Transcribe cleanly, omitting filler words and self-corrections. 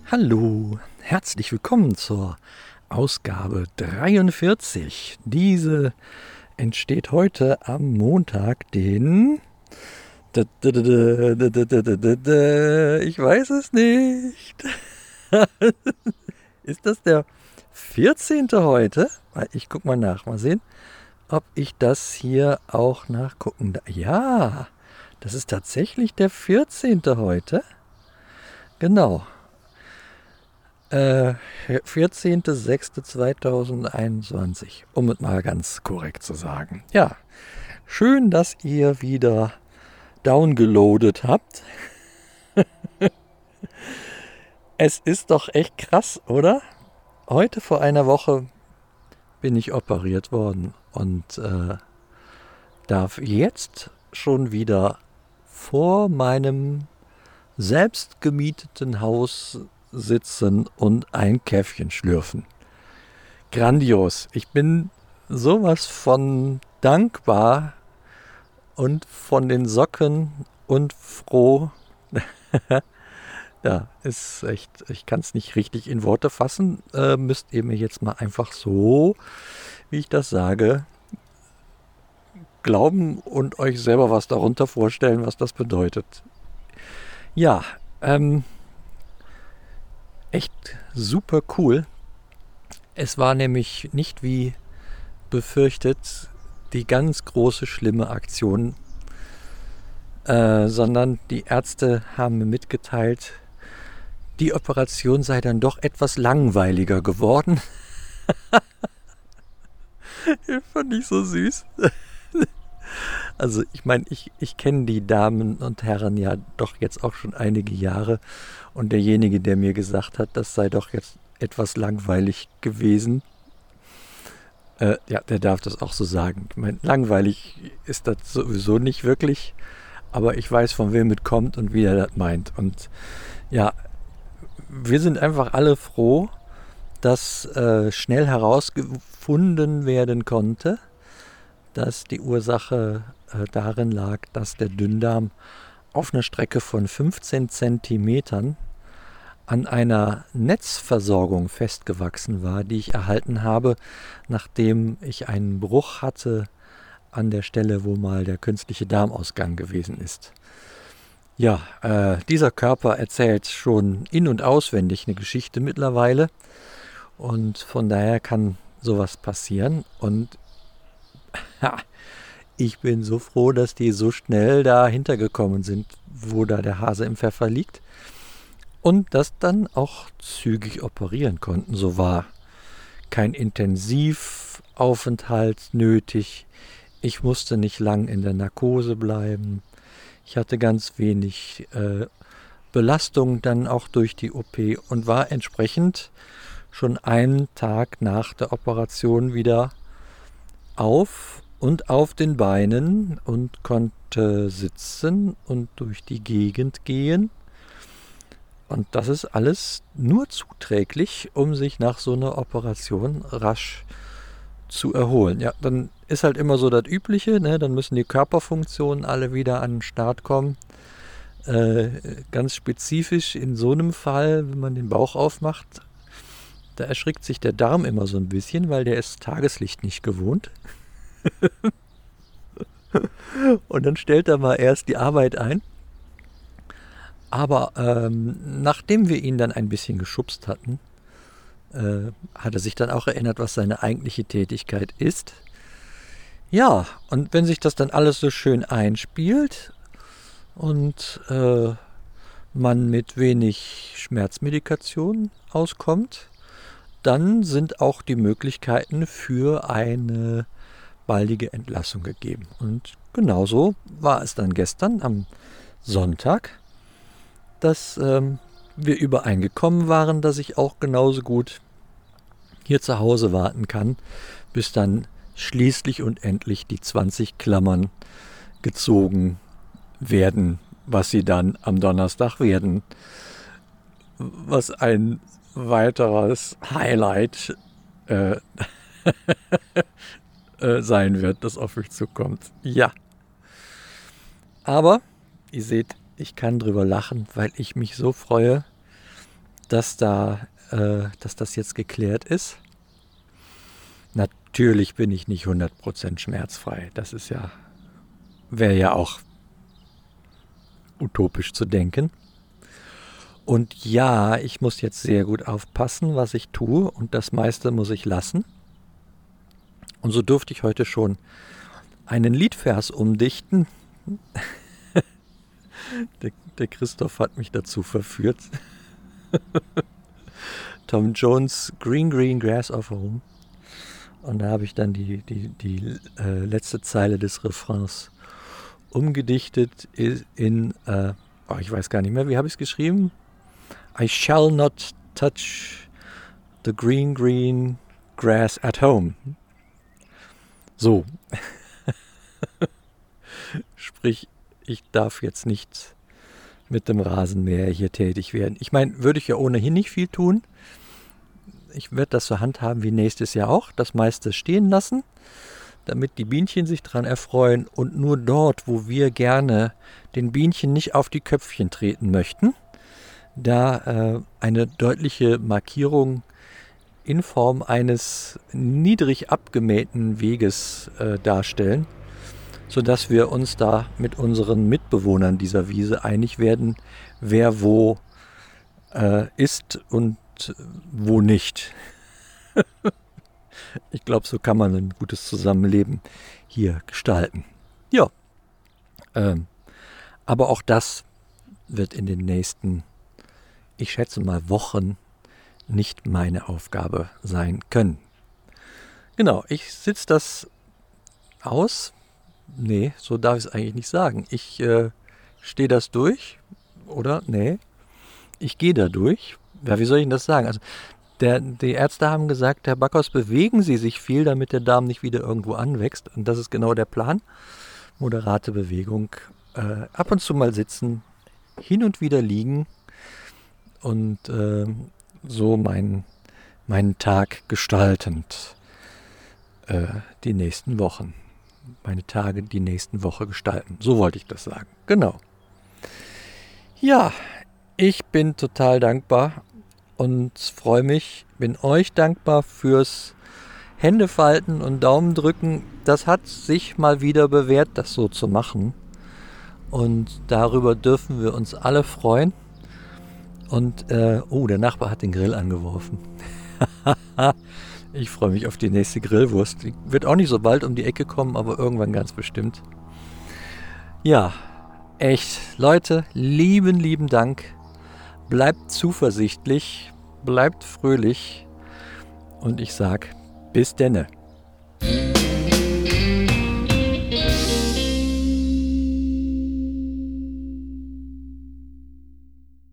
Hallo, herzlich willkommen zur Ausgabe 43. Diese entsteht heute am Montag, den... Ich weiß es nicht. Ist das der 14. heute? Ich guck mal nach, mal sehen, ob ich das hier auch nachgucken darf. Ja, das ist tatsächlich der 14. heute. Genau. 14.06.2021, um es mal ganz korrekt zu sagen. Ja, schön, dass ihr wieder downgeloadet habt. Es ist doch echt krass, oder? Heute vor einer Woche bin ich operiert worden und darf jetzt schon wieder vor meinem selbst gemieteten Haus sitzen und ein Käffchen schlürfen. Grandios. Ich bin sowas von dankbar und von den Socken und froh. Ja, ist echt, ich kann es nicht richtig in Worte fassen. Müsst ihr mir jetzt mal einfach so, wie ich das sage, glauben und euch selber was darunter vorstellen, was das bedeutet. Ja, echt super cool. Es war nämlich nicht wie befürchtet die ganz große, schlimme Aktion, sondern die Ärzte haben mir mitgeteilt, die Operation sei dann doch etwas langweiliger geworden. Fand ich so süß. Also ich meine, ich kenne die Damen und Herren ja doch jetzt auch schon einige Jahre und derjenige, der mir gesagt hat, das sei doch jetzt etwas langweilig gewesen, ja, der darf das auch so sagen. Ich meine, langweilig ist das sowieso nicht wirklich, aber ich weiß, von wem es kommt und wie er das meint. Und ja, wir sind einfach alle froh, dass schnell herausgefunden werden konnte, dass die Ursache darin lag, dass der Dünndarm auf einer Strecke von 15 Zentimetern an einer Netzversorgung festgewachsen war, die ich erhalten habe, nachdem ich einen Bruch hatte an der Stelle, wo mal der künstliche Darmausgang gewesen ist. Ja, dieser Körper erzählt schon in- und auswendig eine Geschichte mittlerweile und von daher kann sowas passieren und ja, ich bin so froh, dass die so schnell dahinter gekommen sind, wo da der Hase im Pfeffer liegt. Und das dann auch zügig operieren konnten. So war kein Intensivaufenthalt nötig. Ich musste nicht lang in der Narkose bleiben. Ich hatte ganz wenig Belastung dann auch durch die OP und war entsprechend schon einen Tag nach der Operation wieder auf und auf den Beinen und konnte sitzen und durch die Gegend gehen. Und das ist alles nur zuträglich, um sich nach so einer Operation rasch zu erholen. Ja, dann ist halt immer so das Übliche, ne? Dann müssen die Körperfunktionen alle wieder an den Start kommen. Ganz spezifisch in so einem Fall, wenn man den Bauch aufmacht, da erschrickt sich der Darm immer so ein bisschen, weil der ist Tageslicht nicht gewohnt. Und dann stellt er mal erst die Arbeit ein. Aber nachdem wir ihn dann ein bisschen geschubst hatten, hat er sich dann auch erinnert, was seine eigentliche Tätigkeit ist. Ja, und wenn sich das dann alles so schön einspielt und man mit wenig Schmerzmedikation auskommt, dann sind auch die Möglichkeiten für eine baldige Entlassung gegeben. Und genauso war es dann gestern am Sonntag, dass wir übereingekommen waren, dass ich auch genauso gut hier zu Hause warten kann, bis dann schließlich und endlich die 20 Klammern gezogen werden, was sie dann am Donnerstag werden. Was ein weiteres Highlight sein wird, das auf mich zukommt. Ja. Aber, ihr seht, ich kann drüber lachen, weil ich mich so freue, dass das jetzt geklärt ist. Natürlich bin ich nicht 100% schmerzfrei. Das wäre ja auch utopisch zu denken. Und ja, ich muss jetzt sehr gut aufpassen, was ich tue, und das meiste muss ich lassen. Und so durfte ich heute schon einen Liedvers umdichten. Der Christoph hat mich dazu verführt. Tom Jones, Green Green Grass of Home. Und da habe ich dann die letzte Zeile des Refrains umgedichtet in, ich weiß gar nicht mehr, wie habe ich es geschrieben? I shall not touch the green, green grass at home. So. Sprich, ich darf jetzt nicht mit dem Rasenmäher hier tätig werden. Ich meine, würde ich ja ohnehin nicht viel tun. Ich werde das so handhaben wie nächstes Jahr auch, das meiste stehen lassen, damit die Bienchen sich dran erfreuen, und nur dort, wo wir gerne den Bienchen nicht auf die Köpfchen treten möchten, da eine deutliche Markierung in Form eines niedrig abgemähten Weges darstellen, sodass wir uns da mit unseren Mitbewohnern dieser Wiese einig werden, wer wo ist und wo nicht. Ich glaube, so kann man ein gutes Zusammenleben hier gestalten. Ja, aber auch das wird in den nächsten, ich schätze mal, Wochen nicht meine Aufgabe sein können. Genau, ich sitze das aus. Nee, so darf ich es eigentlich nicht sagen. Ich stehe das durch, oder? Nee, ich gehe da durch. Ja, wie soll ich denn das sagen? Also die Ärzte haben gesagt, Herr Backhaus, bewegen Sie sich viel, damit der Darm nicht wieder irgendwo anwächst. Und das ist genau der Plan. Moderate Bewegung, ab und zu mal sitzen, hin und wieder liegen und so meinen Tag gestaltend die nächsten Wochen. Meine Tage die nächsten Woche gestalten. So wollte ich das sagen. Genau. Ja, ich bin total dankbar und freue mich, bin euch dankbar fürs Händefalten und Daumen drücken. Das hat sich mal wieder bewährt, das so zu machen. Und darüber dürfen wir uns alle freuen. Und, der Nachbar hat den Grill angeworfen. Ich freue mich auf die nächste Grillwurst. Die wird auch nicht so bald um die Ecke kommen, aber irgendwann ganz bestimmt. Ja, echt. Leute, lieben Dank. Bleibt zuversichtlich, bleibt fröhlich. Und ich sag, bis denne.